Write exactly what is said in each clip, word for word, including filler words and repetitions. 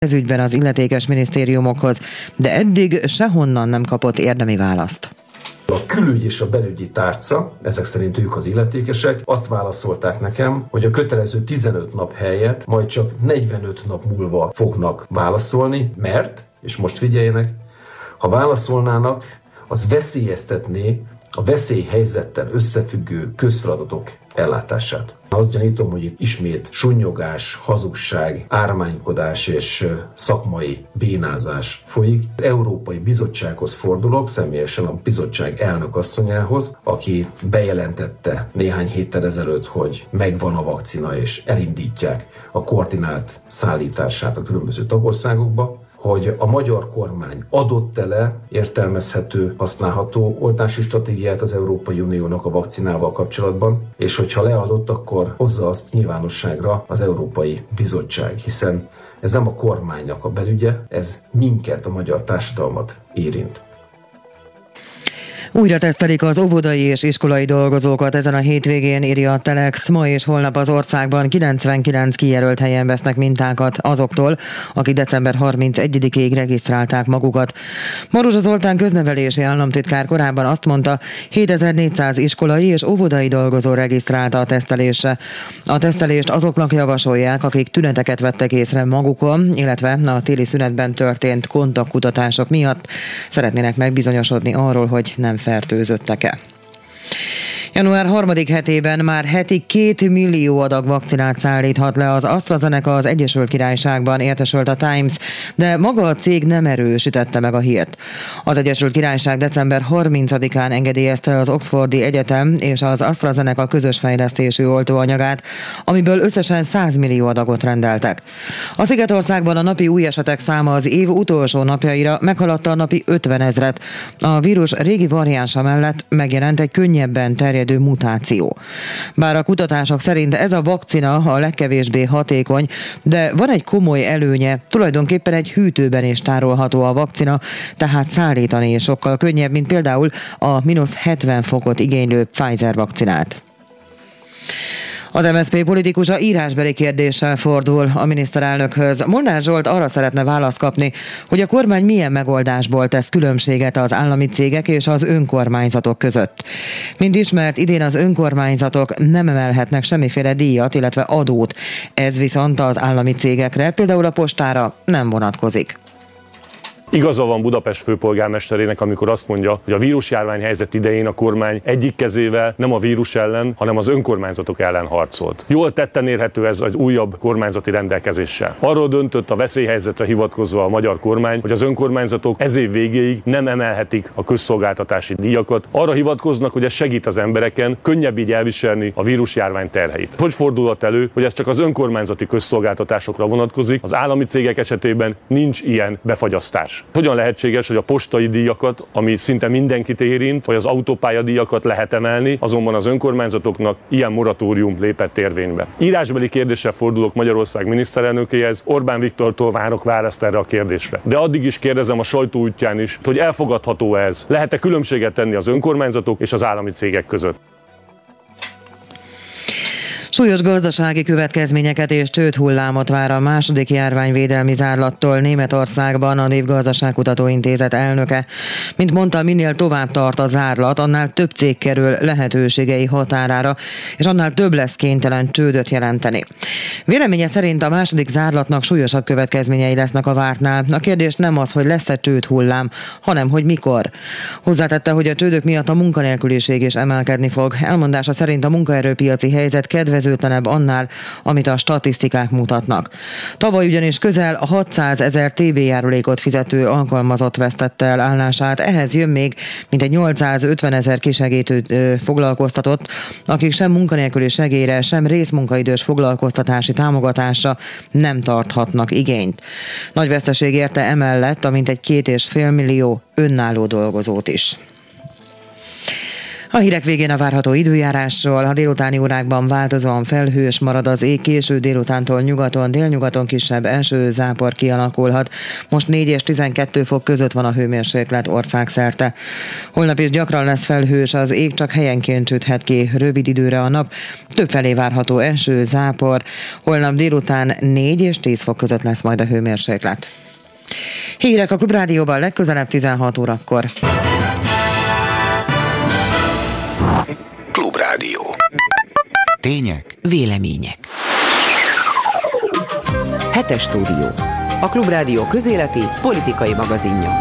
ez ügyben az illetékes minisztériumokhoz, de eddig sehonnan nem kapott érdemi választ. A külügy és a belügyi tárca, ezek szerint ők az illetékesek, azt válaszolták nekem, hogy a kötelező tizenöt nap helyett majd csak negyvenöt nap múlva fognak válaszolni, mert, és most figyeljenek, ha válaszolnának, az veszélyeztetné a veszélyhelyzettel összefüggő közfeladatok ellátását. Azt gyanítom, hogy itt ismét sunnyogás, hazugság, ármánykodás és szakmai bénázás folyik. Az Európai Bizottsághoz fordulok, személyesen a bizottság elnökasszonyához, aki bejelentette néhány héttel ezelőtt, hogy megvan a vakcina és elindítják a koordinált szállítását a különböző tagországokba, hogy a magyar kormány adott-e le értelmezhető, használható oltási stratégiát az Európai Uniónak a vakcinával kapcsolatban, és hogyha leadott, akkor hozza azt nyilvánosságra az Európai Bizottság, hiszen ez nem a kormánynak a belügye, ez minket, a magyar társadalmat érint. Újra tesztelik az óvodai és iskolai dolgozókat ezen a hétvégén, írja a Telex. Ma és holnap az országban kilencvenkilenc kijelölt helyen vesznek mintákat azoktól, akik december harmincegyedikéig regisztrálták magukat. Maruzsa Zoltán köznevelési államtitkár korábban azt mondta, hétezer-négyszáz iskolai és óvodai dolgozó regisztrálta a tesztelésre. A tesztelést azoknak javasolják, akik tüneteket vettek észre magukon, illetve a téli szünetben történt kontaktkutatások miatt szeretnének megbizonyosodni arról, hogy nem fertőzöttek-e. január harmadik hetében már heti két millió adag vakcinát szállíthat le az AstraZeneca az Egyesült Királyságban, értesült a Times, de maga a cég nem erősítette meg a hírt. Az Egyesült Királyság december harmincadikán engedélyezte az Oxfordi Egyetem és az AstraZeneca közös fejlesztésű oltóanyagát, amiből összesen száz millió adagot rendeltek. A Szigetországban a napi új esetek száma az év utolsó napjaira meghaladta a napi ötvenezret. A vírus régi variánsa mellett megjelent egy könnyebben terjedő mutáció. Bár a kutatások szerint ez a vakcina a legkevésbé hatékony, de van egy komoly előnye, tulajdonképpen egy hűtőben is tárolható a vakcina, tehát szállítani is sokkal könnyebb, mint például a mínusz hetven fokot igénylő Pfizer vakcinát. Az em es zé pé politikusa írásbeli kérdéssel fordul a miniszterelnökhöz. Molnár Zsolt arra szeretne választ kapni, hogy a kormány milyen megoldásból tesz különbséget az állami cégek és az önkormányzatok között. Mint ismert, idén az önkormányzatok nem emelhetnek semmiféle díjat, illetve adót. Ez viszont az állami cégekre, például a postára nem vonatkozik. Igaza van Budapest főpolgármesterének, amikor azt mondja, hogy a vírusjárvány helyzet idején a kormány egyik kezével nem a vírus ellen, hanem az önkormányzatok ellen harcolt. Jól tetten érhető ez az újabb kormányzati rendelkezéssel. Arról döntött a veszélyhelyzetre hivatkozva a magyar kormány, hogy az önkormányzatok ez év végéig nem emelhetik a közszolgáltatási díjakat. Arra hivatkoznak, hogy ez segít az embereken, könnyebb így elviselni a vírusjárvány terheit. Hogy fordulhat elő, hogy ez csak az önkormányzati közszolgáltatásokra vonatkozik, az állami cégek esetében nincs ilyen befagyasztás. Hogyan lehetséges, hogy a postai díjakat, ami szinte mindenkit érint, vagy az autópályadíjakat lehet emelni, azonban az önkormányzatoknak ilyen moratórium lépett érvénybe. Írásbeli kérdéssel fordulok Magyarország miniszterelnökéhez, Orbán Viktortól várok választ erre a kérdésre. De addig is kérdezem a sajtó útján is, hogy elfogadható ez. Lehet-e különbséget tenni az önkormányzatok és az állami cégek között? Súlyos gazdasági következményeket és csődhullámot vár a második járványvédelmi zárlattól Németországban a Népgazdaságkutató Intézet elnöke. Mint mondta, minél tovább tart a zárlat, annál több cég kerül lehetőségei határára, és annál több lesz kénytelen csődöt jelenteni. Véleménye szerint a második zárlatnak súlyosabb következményei lesznek a vártnál. A kérdés nem az, hogy lesz-e csődhullám, hanem hogy mikor. Hozzátette, hogy a csődök miatt a munkanélküliség is emelkedni fog. Elmondása szerint a munkaerőpiaci helyzet kedvezőtlenebb annál, amit a statisztikák mutatnak. Tavaly ugyanis közel a hatszázezer té bé járulékot fizető alkalmazott vesztette el állását, ehhez jön még mintegy nyolcszázötvenezer kisegítő foglalkoztatott, akik sem munkanélküli segélyre, sem részmunkaidős foglalkoztatási támogatásra nem tarthatnak igényt. Nagy veszteség érte emellett a mintegy két és fél millió önálló dolgozót is. A hírek végén a várható időjárásról. A délutáni órákban változóan felhős marad az ég, késő délutántól nyugaton, délnyugaton kisebb esőzápor kialakulhat. Most négy és tizenkettő fok között van a hőmérséklet országszerte. Holnap is gyakran lesz felhős az ég, csak helyenként süthet ki rövid időre a nap. Többfelé várható eső, zápor. Holnap délután négy és tíz fok között lesz majd a hőmérséklet. Hírek a Klubrádióban legközelebb tizenhat órakor. Klubrádió. Tények, vélemények. Hetes stúdió. A Klubrádió közéleti politikai magazinja.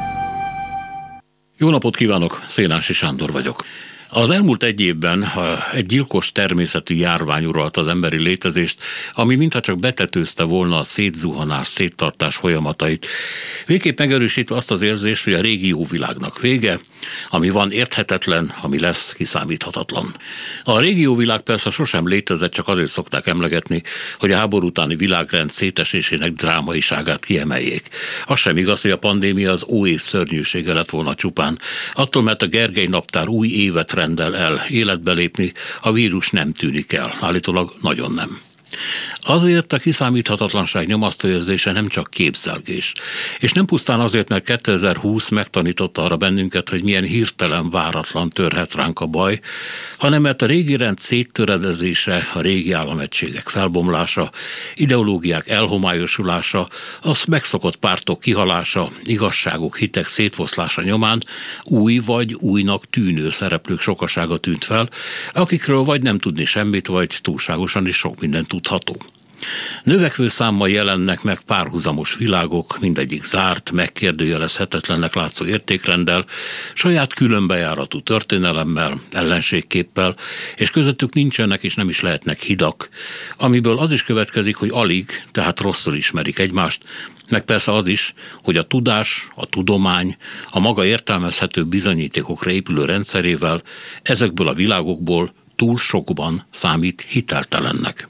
Jó napot kívánok, Szénási Sándor vagyok. Az elmúlt egy évben egy gyilkos természetű járvány uralta az emberi létezést, ami mintha csak betetőzte volna a szétzuhanás, széttartás folyamatait, végképp megerősítve azt az érzést, hogy a régi jó világnak vége, ami van érthetetlen, ami lesz kiszámíthatatlan. A régi jó világ persze sosem létezett, csak azért szokták emlegetni, hogy a háború utáni világrend szétesésének drámaiságát kiemeljék. Az sem igaz, hogy a pandémia az óév szörnyűsége lett volna csupán. Attól, mert a Gergely naptár új évet rendel el életbe lépni, a vírus nem tűnik el. Állítólag nagyon nem. Azért a kiszámíthatatlanság nyomasztóérzése nem csak képzelgés. És nem pusztán azért, mert kétezer-húsz megtanította arra bennünket, hogy milyen hirtelen, váratlan törhet ránk a baj, hanem mert a régi rend széttöredezése, a régi államegységek felbomlása, ideológiák elhomályosulása, az megszokott pártok kihalása, igazságok, hitek szétfoszlása nyomán új vagy újnak tűnő szereplők sokasága tűnt fel, akikről vagy nem tudni semmit, vagy túlságosan is sok mindent tudható. Növekvő számmal jelennek meg párhuzamos világok, mindegyik zárt, megkérdőjelezhetetlennek látszó értékrenddel, saját különbejáratú történelemmel, ellenségképpel, és közöttük nincsenek és nem is lehetnek hidak, amiből az is következik, hogy alig, tehát rosszul ismerik egymást, meg persze az is, hogy a tudás, a tudomány, a maga értelmezhető bizonyítékokra épülő rendszerével ezekből a világokból túl sokban számít hiteltelennek.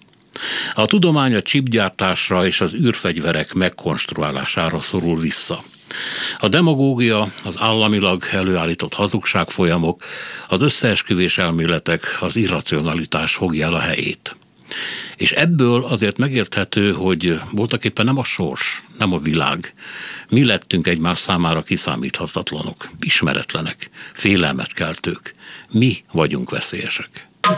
A tudomány a csipgyártásra és az űrfegyverek megkonstruálására szorul vissza. A demagógia, az államilag előállított hazugságfolyamok, az összeesküvés elméletek, az irracionalitás fogja el a helyét. És ebből azért megérthető, hogy voltaképpen nem a sors, nem a világ. Mi lettünk egymás számára kiszámíthatatlanok, ismeretlenek, félelmet keltők. Mi vagyunk veszélyesek.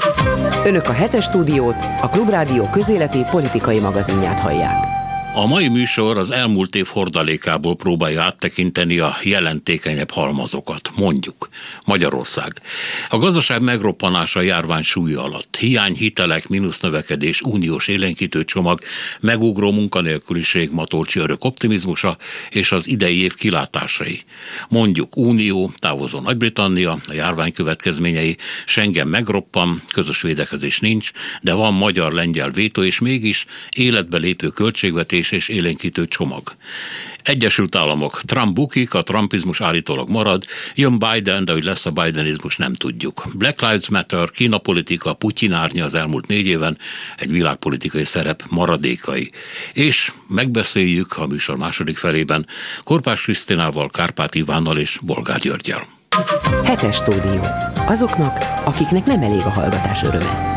Önök a hetes stúdiót, a Klubrádió közéleti politikai magazinját hallják. A mai műsor az elmúlt év hordalékából próbálja áttekinteni a jelentékenyebb halmazokat, mondjuk Magyarország. A gazdaság megroppanása a járvány súlya alatt, hiány, hitelek, mínusznövekedés, uniós élénkítő csomag, megugró munkanélküliség, Matolcsi örök optimizmusa és az idei év kilátásai. Mondjuk Unió, távozó Nagy-Britannia, a járvány következményei, Schengen megroppan, közös védekezés nincs, de van magyar-lengyel vétó, és mégis életbe lépő költségvetés és élénkítő csomag. Egyesült Államok. Trump bukik, a trumpizmus állítólag marad, jön Biden, de hogy lesz a bidenizmus, nem tudjuk. Black Lives Matter, Kína politika, Putyin árnya az elmúlt négy éven, egy világpolitikai szerep maradékai. És megbeszéljük a műsor második felében Korpás Krisztinával, Kárpát Ivánnal és Bolgár Györggyel. Hetes stúdió. Azoknak, akiknek nem elég a hallgatás öröme.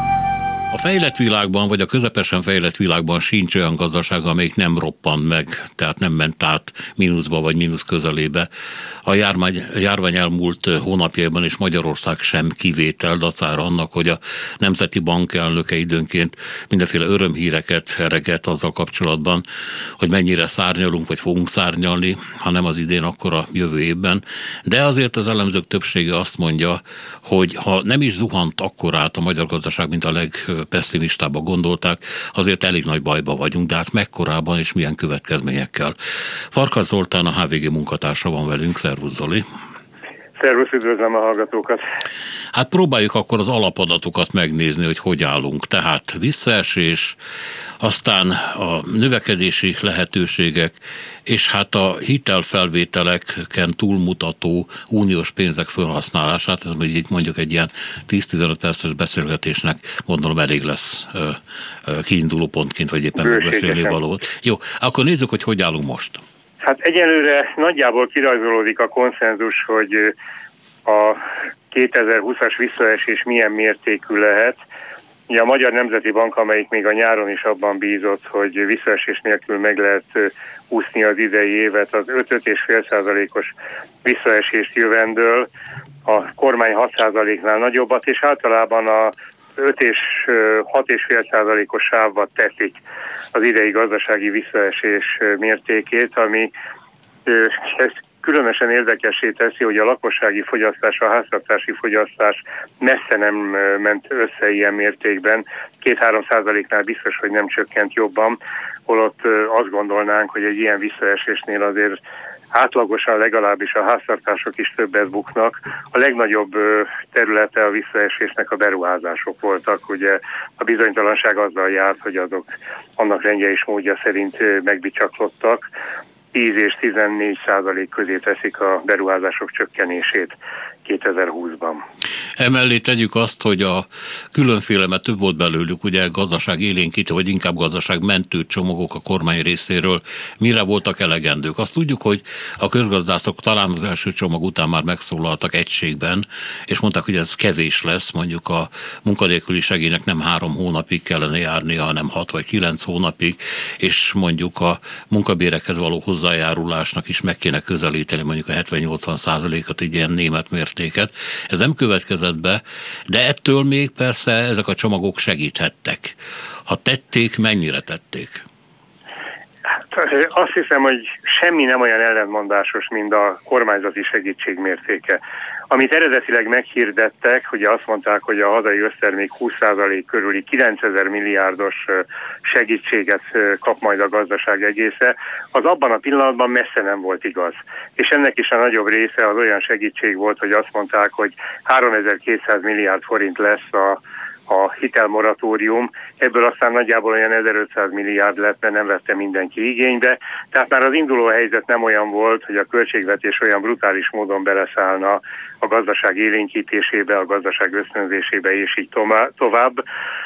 A fejlett világban, vagy a közepesen fejlett világban sincs olyan gazdaság, amelyik nem roppan meg, tehát nem ment át mínuszba vagy mínusz közelébe. A járvány, járvány elmúlt hónapjaiban is Magyarország sem kivétel dacára annak, hogy a Nemzeti Bank elnöke időnként mindenféle örömhíreket ereget azzal kapcsolatban, hogy mennyire szárnyalunk, vagy fogunk szárnyalni, ha nem az idén, akkor a jövő évben. De azért az elemzők többsége azt mondja, hogy ha nem is zuhant akkorát a magyar gazdaság, mint a legpesszimistábbak gondolták, azért elég nagy bajba vagyunk, de hát mekkorában és milyen következményekkel. Farkas Zoltán, a há vé gé munkatársa van velünk. Szervusz, Zoli! Szervusz, üdvözlöm a hallgatókat! Hát próbáljuk akkor az alapadatokat megnézni, hogy hogy állunk. Tehát visszaesés, aztán a növekedési lehetőségek, és hát a hitelfelvételeken túlmutató uniós pénzek felhasználását, ez mondjuk egy ilyen tíz-tizenöt perces beszélgetésnek gondolom elég lesz kiinduló pontként, vagy éppen megbeszélni valót. Jó, akkor nézzük, hogy hogy állunk most. Hát egyelőre nagyjából kirajzolódik a konszenzus, hogy a kétezer-húszas visszaesés milyen mértékű lehet. Ugye a Magyar Nemzeti Bank, amelyik még a nyáron is abban bízott, hogy visszaesés nélkül meg lehet úszni az idei évet, az öt egész öt tized százalékos visszaesést jövendől, a kormány hat százaléknál nagyobbat, és általában a öt és hat egész öt százalékos sávba teszik az idei gazdasági visszaesés mértékét, ami ezt különösen érdekessé teszi, hogy a lakossági fogyasztás, a háztartási fogyasztás messze nem ment össze ilyen mértékben. két-három százaléknál biztos, hogy nem csökkent jobban, holott azt gondolnánk, hogy egy ilyen visszaesésnél azért átlagosan legalábbis a háztartások is többet buknak. A legnagyobb területe a visszaesésnek a beruházások voltak. Ugye a bizonytalanság azzal járt, hogy azok annak rendje és módja szerint megbicsaklottak. tíz és tizennégy százalék közé teszik a beruházások csökkenését kétezer-húszban. Emellé tegyük azt, hogy a különféle, mert több volt belőlük, ugye gazdaság élénkítő, vagy inkább gazdaság mentő csomagok a kormány részéről, mire voltak elegendők. Azt tudjuk, hogy a közgazdászok talán az első csomag után már megszólaltak egységben, és mondták, hogy ez kevés lesz, mondjuk a munkanélküli segélynek nem három hónapig kellene járnia, hanem hat vagy kilenc hónapig, és mondjuk a munkabérekhez való hozzájárulásnak is meg kéne közelíteni mondjuk a hetven-nyolcvan százalékot, így ilyen német mértéket. Ez nem következett be, de ettől még persze ezek a csomagok segíthettek. Ha tették, mennyire tették? Hát, azt hiszem, hogy semmi nem olyan ellentmondásos, mint a kormányzati segítség mértéke. Amit eredetileg meghirdettek, ugye azt mondták, hogy a hazai össztermék húsz százalék körüli kilencezer milliárdos segítséget kap majd a gazdaság egésze, az abban a pillanatban messze nem volt igaz. És ennek is a nagyobb része az olyan segítség volt, hogy azt mondták, hogy háromezer-kétszáz milliárd forint lesz a a hitelmoratórium, ebből aztán nagyjából olyan ezerötszáz milliárd lett, mert nem vette mindenki igénybe. Tehát már az induló helyzet nem olyan volt, hogy a költségvetés olyan brutális módon beleszállna a gazdaság élénkítésébe, a gazdaság ösztönzésébe, és így tovább.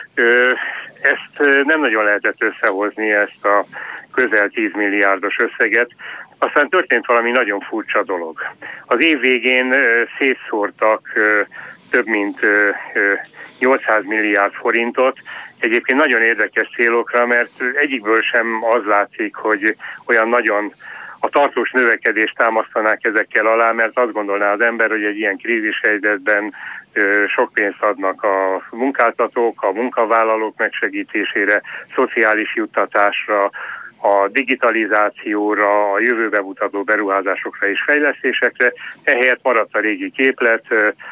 Ezt nem nagyon lehetett összehozni, ezt a közel tíz milliárdos összeget. Aztán történt valami nagyon furcsa dolog. Az év végén szétszórtak több mint nyolcszáz milliárd forintot, egyébként nagyon érdekes célokra, mert egyikből sem az látszik, hogy olyan nagyon a tartós növekedést támasztanák ezekkel alá, mert azt gondolná az ember, hogy egy ilyen krízis helyzetben sok pénzt adnak a munkáltatók, a munkavállalók megsegítésére, szociális juttatásra, a digitalizációra, a jövőbe mutató beruházásokra és fejlesztésekre. Ehelyett maradt a régi képlet,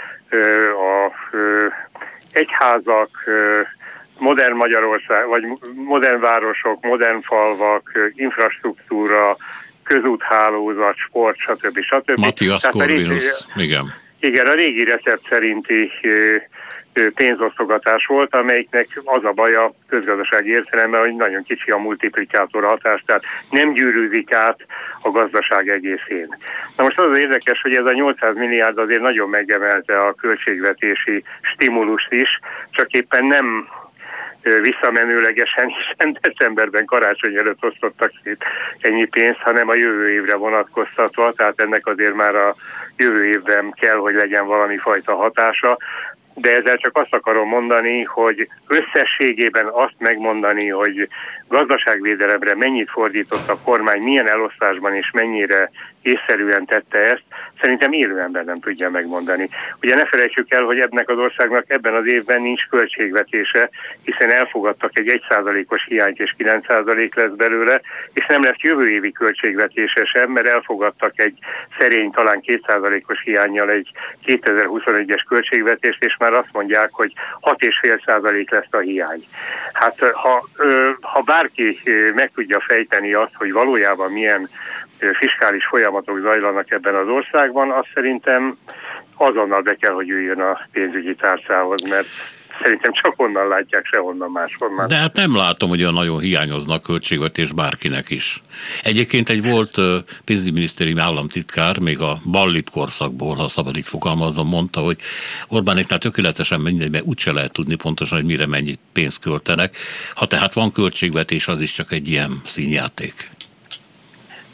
a egyházak, modern Magyarország, vagy modern városok, modern falvak, infrastruktúra, közúthálózat, sport, stb. stb. Matthias Corvinus, igen. Igen, a régi recept szerinti pénzosztogatás volt, amelyiknek az a baja közgazdasági értelemben, hogy nagyon kicsi a multiplikátor hatás, tehát nem gyűrűzik át a gazdaság egészén. Na most az az érdekes, hogy ez a nyolcszáz milliárd azért nagyon megemelte a költségvetési stimulust is, csak éppen nem visszamenőlegesen, hiszen decemberben karácsony előtt osztottak szét ennyi pénzt, hanem a jövő évre vonatkoztatva, tehát ennek azért már a jövő évben kell, hogy legyen valami fajta hatása. De ezzel csak azt akarom mondani, hogy összességében azt megmondani, hogy gazdaságvédelemre mennyit fordított a kormány, milyen elosztásban és mennyire észszerűen tette ezt, szerintem élő ember nem tudja megmondani. Ugye ne felejtsük el, hogy ennek az országnak ebben az évben nincs költségvetése, hiszen elfogadtak egy egy százalékos hiányt és kilenc százalék lesz belőle, és nem lesz jövő évi költségvetése sem, mert elfogadtak egy szerény, talán két százalékos hiánnyal egy kétezer-huszonegyes költségvetést, és már azt mondják, hogy hat egész öt százalék lesz a hiány. Hát ha, ha bárki meg tudja fejteni azt, hogy valójában milyen fiskális folyamatok zajlanak ebben az országban, azt szerintem azonnal be kell, hogy üljön a pénzügyi tárcához, mert szerintem csak onnan látják, sehonnan máshonnan. De hát nem látom, hogy olyan nagyon hiányozna a költségvetés bárkinek is. Egyébként egy volt pénzügyminisztériumi államtitkár, még a Ballip korszakból, ha szabad itt fogalmazom, mondta, hogy Orbánéknál tökéletesen mindegy, mert úgyse lehet tudni pontosan, hogy mire mennyit pénzt költenek. Ha tehát van költségvetés, az is csak egy ilyen színjáték.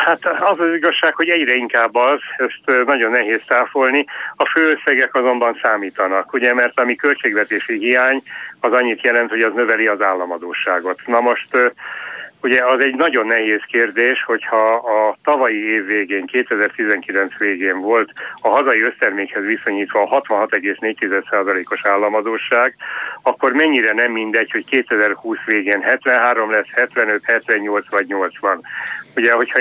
Hát az az igazság, hogy egyre inkább az, ezt nagyon nehéz táfolni, a főösszegek azonban számítanak, ugye, mert ami költségvetési hiány, az annyit jelent, hogy az növeli az államadósságot. Na most ugye az egy nagyon nehéz kérdés, hogyha a tavalyi év végén, kétezer-tizenkilenc végén volt a hazai össztermékhez viszonyítva a hatvanhat egész négy százalékos államadósság, akkor mennyire nem mindegy, hogy kétezer-húsz végén hetvenhárom lesz, hetvenöt, hetvennyolc vagy nyolcvan. Ugye, hogyha